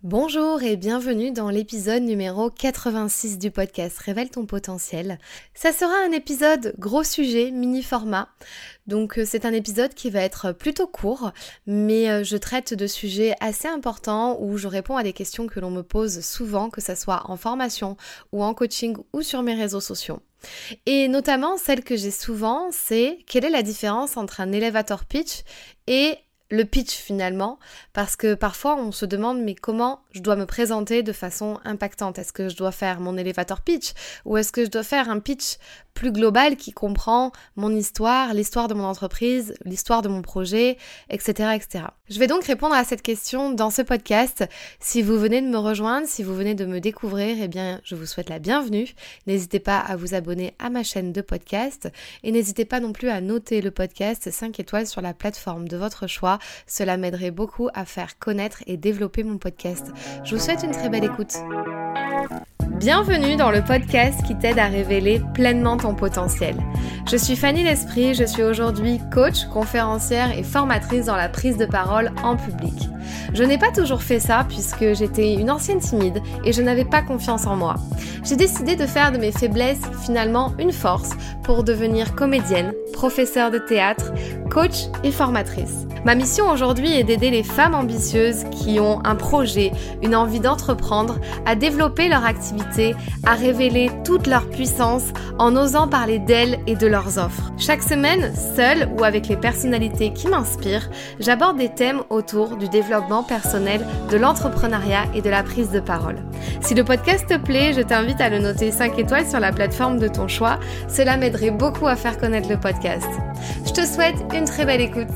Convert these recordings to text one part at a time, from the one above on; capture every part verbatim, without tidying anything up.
Bonjour et bienvenue dans l'épisode numéro quatre-vingt-six du podcast Révèle ton potentiel. Ça sera un épisode gros sujet, mini format. Donc c'est un épisode qui va être plutôt court, mais je traite de sujets assez importants où je réponds à des questions que l'on me pose souvent, que ce soit en formation ou en coaching ou sur mes réseaux sociaux. Et notamment celle que j'ai souvent, c'est quelle est la différence entre un elevator pitch et le pitch finalement, parce que parfois on se demande mais comment je dois me présenter de façon impactante? Est-ce que je dois faire mon elevator pitch ou est-ce que je dois faire un pitch plus global qui comprend mon histoire, l'histoire de mon entreprise, l'histoire de mon projet, et cetera, et cetera. Je vais donc répondre à cette question dans ce podcast. Si vous venez de me rejoindre, si vous venez de me découvrir, eh bien je vous souhaite la bienvenue. N'hésitez pas à vous abonner à ma chaîne de podcast et n'hésitez pas non plus à noter le podcast cinq étoiles sur la plateforme de votre choix. Cela m'aiderait beaucoup à faire connaître et développer mon podcast. Je vous souhaite une très belle écoute. Bienvenue dans le podcast qui t'aide à révéler pleinement ton potentiel. Je suis Fanny L'Esprit, je suis aujourd'hui coach, conférencière et formatrice dans la prise de parole en public. Je n'ai pas toujours fait ça puisque j'étais une ancienne timide et je n'avais pas confiance en moi. J'ai décidé de faire de mes faiblesses finalement une force pour devenir comédienne, professeure de théâtre, coach et formatrice. Ma mission aujourd'hui est d'aider les femmes ambitieuses qui ont un projet, une envie d'entreprendre, à développer leur activité, à révéler toute leur puissance en osant parler d'elles et de leurs offres. Chaque semaine, seule ou avec les personnalités qui m'inspirent, j'aborde des thèmes autour du développement personnel, de l'entrepreneuriat et de la prise de parole. Si le podcast te plaît, je t'invite à le noter cinq étoiles sur la plateforme de ton choix. Cela m'aiderait beaucoup à faire connaître le podcast. Je te souhaite une très belle écoute.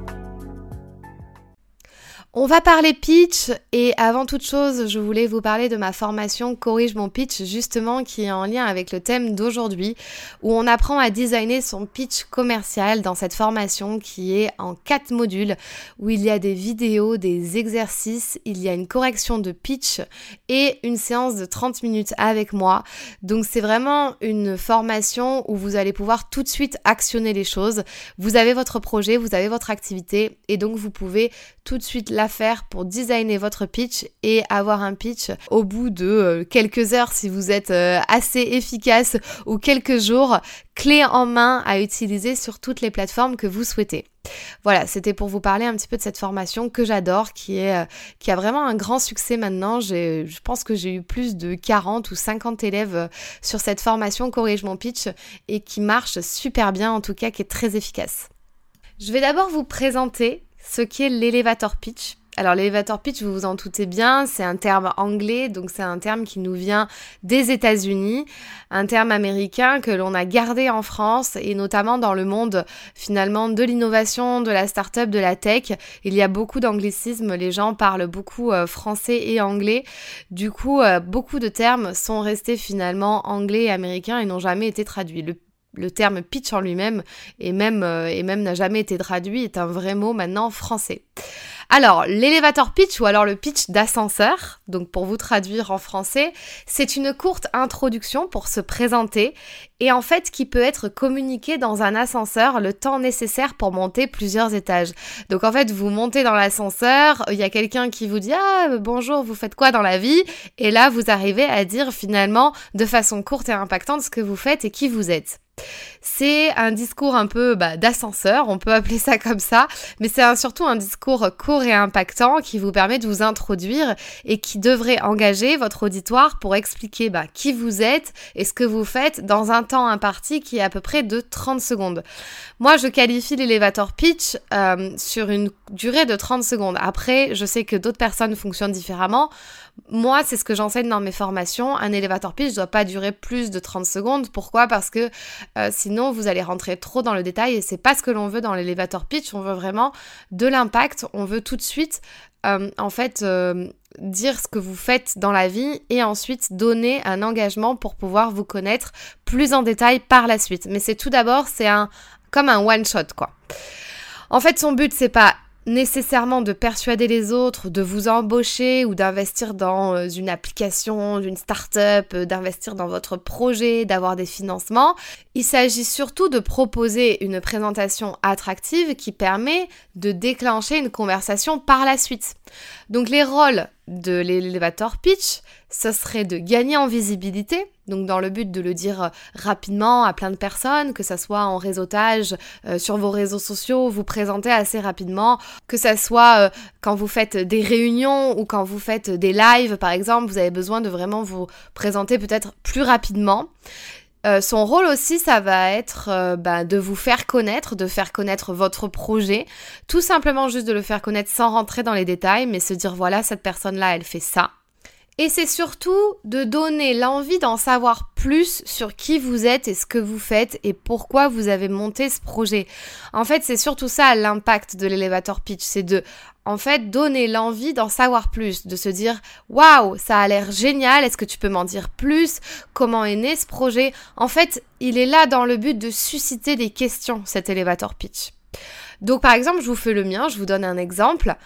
On va parler pitch et avant toute chose, je voulais vous parler de ma formation Corrige mon pitch justement qui est en lien avec le thème d'aujourd'hui où on apprend à designer son pitch commercial dans cette formation qui est en quatre modules où il y a des vidéos, des exercices, il y a une correction de pitch et une séance de trente minutes avec moi. Donc c'est vraiment une formation où vous allez pouvoir tout de suite actionner les choses. Vous avez votre projet, vous avez votre activité et donc vous pouvez tout de suite la faire pour designer votre pitch et avoir un pitch au bout de euh, quelques heures si vous êtes euh, assez efficace ou quelques jours, clé en main à utiliser sur toutes les plateformes que vous souhaitez. Voilà, c'était pour vous parler un petit peu de cette formation que j'adore, qui est euh, qui a vraiment un grand succès maintenant. J'ai, je pense que j'ai eu plus de quarante ou cinquante élèves euh, sur cette formation Corrige mon pitch et qui marche super bien, en tout cas qui est très efficace. Je vais d'abord vous présenter ce qu'est l'elevator pitch. Alors l'elevator pitch, vous vous en doutez bien, c'est un terme anglais, donc c'est un terme qui nous vient des États-Unis, un terme américain que l'on a gardé en France et notamment dans le monde finalement de l'innovation, de la start-up, de la tech. Il y a beaucoup d'anglicismes, les gens parlent beaucoup euh, français et anglais. Du coup, euh, beaucoup de termes sont restés finalement anglais et américains et n'ont jamais été traduits. Le Le terme pitch en lui-même et même, euh, et même n'a jamais été traduit, est un vrai mot maintenant français. Alors, l'elevator pitch ou alors le pitch d'ascenseur, donc pour vous traduire en français, c'est une courte introduction pour se présenter et en fait qui peut être communiquée dans un ascenseur le temps nécessaire pour monter plusieurs étages. Donc en fait, vous montez dans l'ascenseur, il y a quelqu'un qui vous dit « Ah, bonjour, vous faites quoi dans la vie ?» Et là, vous arrivez à dire finalement de façon courte et impactante ce que vous faites et qui vous êtes. C'est un discours un peu bah, d'ascenseur, on peut appeler ça comme ça, mais c'est un, surtout un discours court et impactant qui vous permet de vous introduire et qui devrait engager votre auditoire pour expliquer bah, qui vous êtes et ce que vous faites dans un temps imparti qui est à peu près de trente secondes. Moi, je qualifie l'elevator pitch euh, sur une durée de trente secondes. Après, je sais que d'autres personnes fonctionnent différemment. Moi, c'est ce que j'enseigne dans mes formations. Un elevator pitch ne doit pas durer plus de trente secondes. Pourquoi ? Parce que euh, sinon, vous allez rentrer trop dans le détail et c'est pas ce que l'on veut dans l'elevator pitch. On veut vraiment de l'impact. On veut tout de suite, euh, en fait, euh, dire ce que vous faites dans la vie et ensuite donner un engagement pour pouvoir vous connaître plus en détail par la suite. Mais c'est tout d'abord, c'est un comme un one shot, quoi. En fait, son but, c'est pas nécessairement de persuader les autres, de vous embaucher ou d'investir dans une application, d'une start-up, d'investir dans votre projet, d'avoir des financements. Il s'agit surtout de proposer une présentation attractive qui permet de déclencher une conversation par la suite. Donc les rôles de l'elevator pitch, ce serait de gagner en visibilité, donc dans le but de le dire rapidement à plein de personnes, que ça soit en réseautage, euh, sur vos réseaux sociaux, vous présenter assez rapidement, que ça soit euh, quand vous faites des réunions ou quand vous faites des lives par exemple, vous avez besoin de vraiment vous présenter peut-être plus rapidement. Euh, son rôle aussi, ça va être euh, bah, de vous faire connaître, de faire connaître votre projet, tout simplement juste de le faire connaître sans rentrer dans les détails, mais se dire voilà, cette personne-là, elle fait ça. Et c'est surtout de donner l'envie d'en savoir plus sur qui vous êtes et ce que vous faites et pourquoi vous avez monté ce projet. En fait, c'est surtout ça l'impact de l'elevator pitch, c'est de, en fait, donner l'envie d'en savoir plus, de se dire « Waouh, ça a l'air génial, est-ce que tu peux m'en dire plus? Comment est né ce projet ?» En fait, il est là dans le but de susciter des questions, cet elevator pitch. Donc, par exemple, je vous fais le mien, je vous donne un exemple.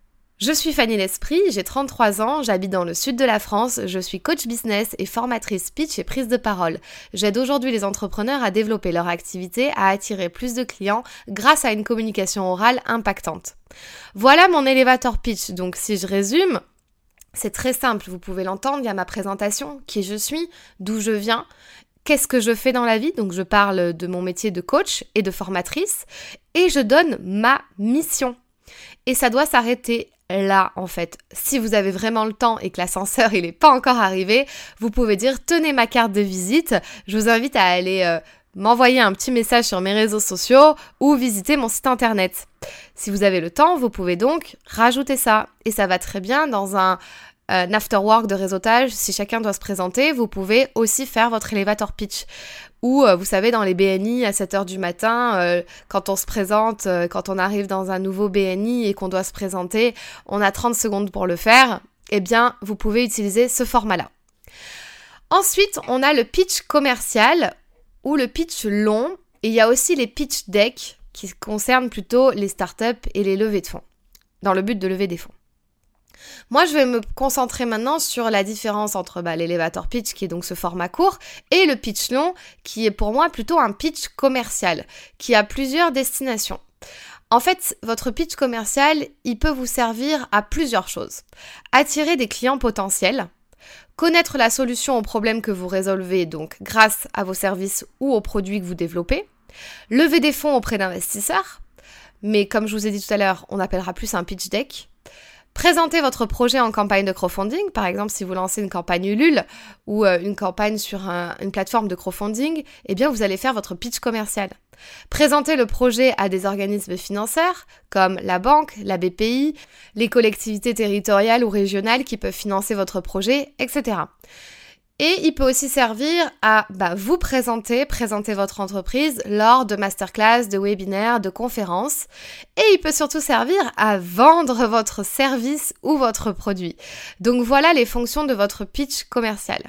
Je suis Fanny L'Esprit, j'ai trente-trois ans, j'habite dans le sud de la France, je suis coach business et formatrice pitch et prise de parole. J'aide aujourd'hui les entrepreneurs à développer leur activité, à attirer plus de clients grâce à une communication orale impactante. Voilà mon elevator pitch, donc si je résume, c'est très simple, vous pouvez l'entendre, il y a ma présentation, qui je suis, d'où je viens, qu'est-ce que je fais dans la vie, donc je parle de mon métier de coach et de formatrice, et je donne ma mission. Et ça doit s'arrêter là, en fait. Si vous avez vraiment le temps et que l'ascenseur il n'est pas encore arrivé, vous pouvez dire tenez ma carte de visite. Je vous invite à aller euh, m'envoyer un petit message sur mes réseaux sociaux ou visiter mon site internet. Si vous avez le temps, vous pouvez donc rajouter ça. Et ça va très bien dans un un afterwork de réseautage. Si chacun doit se présenter, vous pouvez aussi faire votre elevator pitch. Ou, euh, vous savez, dans les B N I à sept heures du matin, euh, quand on se présente, euh, quand on arrive dans un nouveau B N I et qu'on doit se présenter, on a trente secondes pour le faire, eh bien, vous pouvez utiliser ce format-là. Ensuite, on a le pitch commercial ou le pitch long. Et il y a aussi les pitch decks qui concernent plutôt les startups et les levées de fonds, dans le but de lever des fonds. Moi, je vais me concentrer maintenant sur la différence entre bah, l'elevator pitch, qui est donc ce format court, et le pitch long, qui est pour moi plutôt un pitch commercial, qui a plusieurs destinations. En fait, votre pitch commercial, il peut vous servir à plusieurs choses. Attirer des clients potentiels, connaître la solution au problème que vous résolvez, donc grâce à vos services ou aux produits que vous développez, lever des fonds auprès d'investisseurs, mais comme je vous ai dit tout à l'heure, on appellera plus un pitch deck. Présenter votre projet en campagne de crowdfunding, par exemple si vous lancez une campagne Ulule ou euh, une campagne sur un, une plateforme de crowdfunding, eh bien vous allez faire votre pitch commercial. Présenter le projet à des organismes financiers comme la banque, la B P I, les collectivités territoriales ou régionales qui peuvent financer votre projet, et cetera. Et il peut aussi servir à bah, vous présenter, présenter votre entreprise lors de masterclass, de webinaires, de conférences. Et il peut surtout servir à vendre votre service ou votre produit. Donc voilà les fonctions de votre pitch commercial.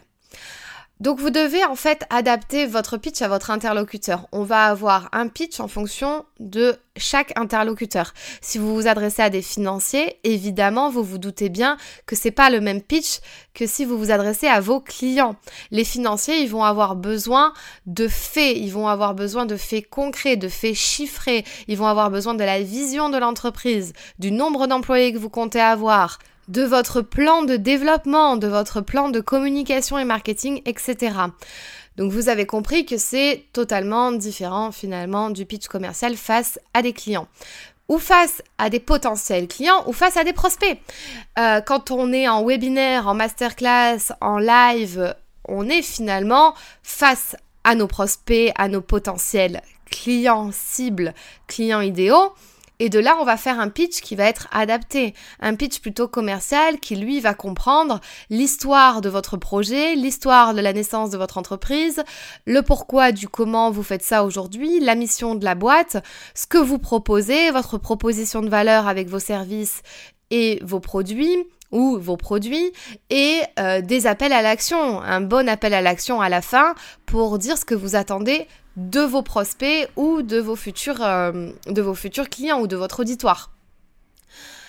Donc vous devez en fait adapter votre pitch à votre interlocuteur. On va avoir un pitch en fonction de chaque interlocuteur. Si vous vous adressez à des financiers, évidemment, vous vous doutez bien que c'est pas le même pitch que si vous vous adressez à vos clients. Les financiers, ils vont avoir besoin de faits, ils vont avoir besoin de faits concrets, de faits chiffrés, ils vont avoir besoin de la vision de l'entreprise, du nombre d'employés que vous comptez avoir, de votre plan de développement, de votre plan de communication et marketing, et cetera. Donc vous avez compris que c'est totalement différent finalement du pitch commercial face à des clients. Ou face à des potentiels clients, ou face à des prospects. Euh, quand on est en webinaire, en masterclass, en live, on est finalement face à nos prospects, à nos potentiels clients cibles, clients idéaux. Et de là, on va faire un pitch qui va être adapté, un pitch plutôt commercial qui, lui, va comprendre l'histoire de votre projet, l'histoire de la naissance de votre entreprise, le pourquoi du comment vous faites ça aujourd'hui, la mission de la boîte, ce que vous proposez, votre proposition de valeur avec vos services et vos produits ou vos produits et euh, des appels à l'action, un bon appel à l'action à la fin pour dire ce que vous attendez de vos prospects ou de vos futurs, euh, de vos futurs clients ou de votre auditoire.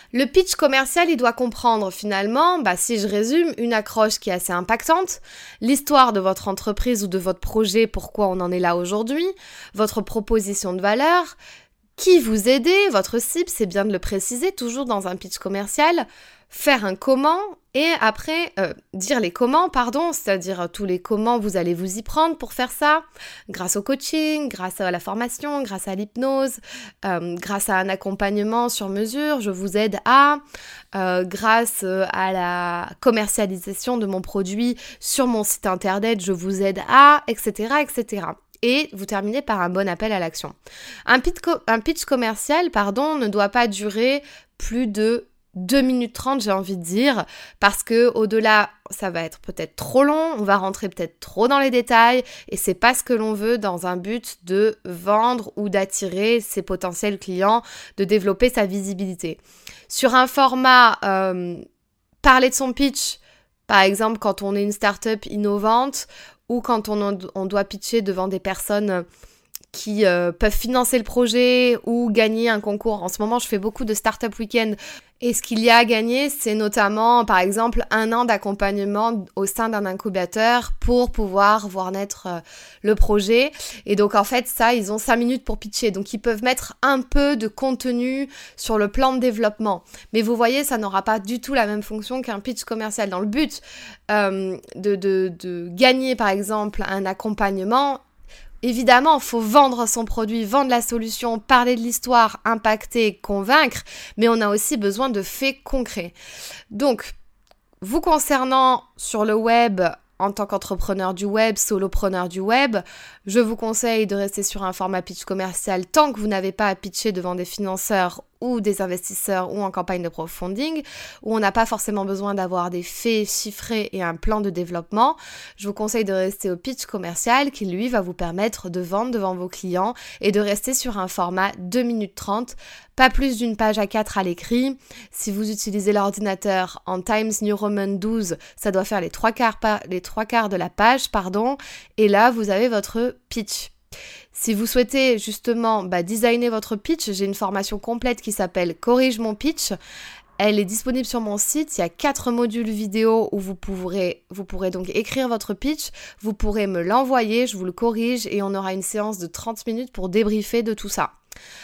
Le pitch commercial, il doit comprendre finalement, bah, si je résume, une accroche qui est assez impactante, l'histoire de votre entreprise ou de votre projet, pourquoi on en est là aujourd'hui, votre proposition de valeur, qui vous aidez, votre cible, c'est bien de le préciser, toujours dans un pitch commercial, faire un comment et après euh, dire les comment, pardon, c'est-à-dire tous les comment vous allez vous y prendre pour faire ça, grâce au coaching, grâce à la formation, grâce à l'hypnose, euh, grâce à un accompagnement sur mesure, je vous aide à, euh, grâce à la commercialisation de mon produit sur mon site internet, je vous aide à, et cetera, et cetera. Et vous terminez par un bon appel à l'action. Un pitch, co- un pitch commercial, pardon, ne doit pas durer plus de deux minutes trente, j'ai envie de dire, parce que au-delà, ça va être peut-être trop long, on va rentrer peut-être trop dans les détails, et c'est pas ce que l'on veut dans un but de vendre ou d'attirer ses potentiels clients, de développer sa visibilité. Sur un format, euh, parler de son pitch, par exemple quand on est une start-up innovante, ou quand on, on doit pitcher devant des personnes qui euh, peuvent financer le projet ou gagner un concours. En ce moment, je fais beaucoup de Startup Weekend. Et ce qu'il y a à gagner, c'est notamment, par exemple, un an d'accompagnement au sein d'un incubateur pour pouvoir voir naître euh, le projet. Et donc, en fait, ça, ils ont cinq minutes pour pitcher. Donc, ils peuvent mettre un peu de contenu sur le plan de développement. Mais vous voyez, ça n'aura pas du tout la même fonction qu'un pitch commercial. Dans le but euh, de, de, de gagner, par exemple, un accompagnement, évidemment, il faut vendre son produit, vendre la solution, parler de l'histoire, impacter, convaincre, mais on a aussi besoin de faits concrets. Donc, vous concernant sur le web, en tant qu'entrepreneur du web, solopreneur du web, je vous conseille de rester sur un format pitch commercial tant que vous n'avez pas à pitcher devant des financeurs ou des investisseurs ou en campagne de crowdfunding, où on n'a pas forcément besoin d'avoir des faits chiffrés et un plan de développement. Je vous conseille de rester au pitch commercial qui, lui, va vous permettre de vendre devant vos clients et de rester sur un format deux minutes trente, pas plus d'une page à quatre à l'écrit. Si vous utilisez l'ordinateur en Times New Roman douze, ça doit faire les trois quarts, pa- les trois quarts de la page, pardon, et là, vous avez votre pitch. Si vous souhaitez justement bah, designer votre pitch, j'ai une formation complète qui s'appelle « Corrige mon pitch ». Elle est disponible sur mon site. Il y a quatre modules vidéo où vous pourrez, vous pourrez donc écrire votre pitch. Vous pourrez me l'envoyer, je vous le corrige et on aura une séance de trente minutes pour débriefer de tout ça.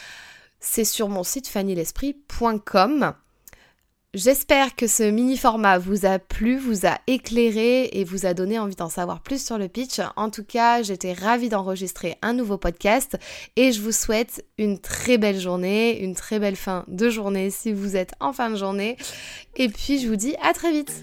C'est sur mon site fanny l'esprit point com. J'espère que ce mini-format vous a plu, vous a éclairé et vous a donné envie d'en savoir plus sur le pitch. En tout cas, j'étais ravie d'enregistrer un nouveau podcast et je vous souhaite une très belle journée, une très belle fin de journée si vous êtes en fin de journée. Et puis, je vous dis à très vite.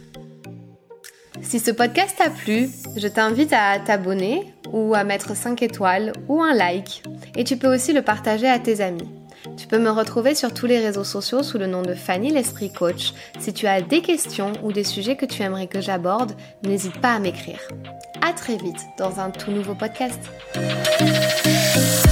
Si ce podcast t'a plu, je t'invite à t'abonner ou à mettre cinq étoiles ou un like. Et tu peux aussi le partager à tes amis. Tu peux me retrouver sur tous les réseaux sociaux sous le nom de Fanny l'Esprit Coach. Si tu as des questions ou des sujets que tu aimerais que j'aborde, n'hésite pas à m'écrire. À très vite dans un tout nouveau podcast.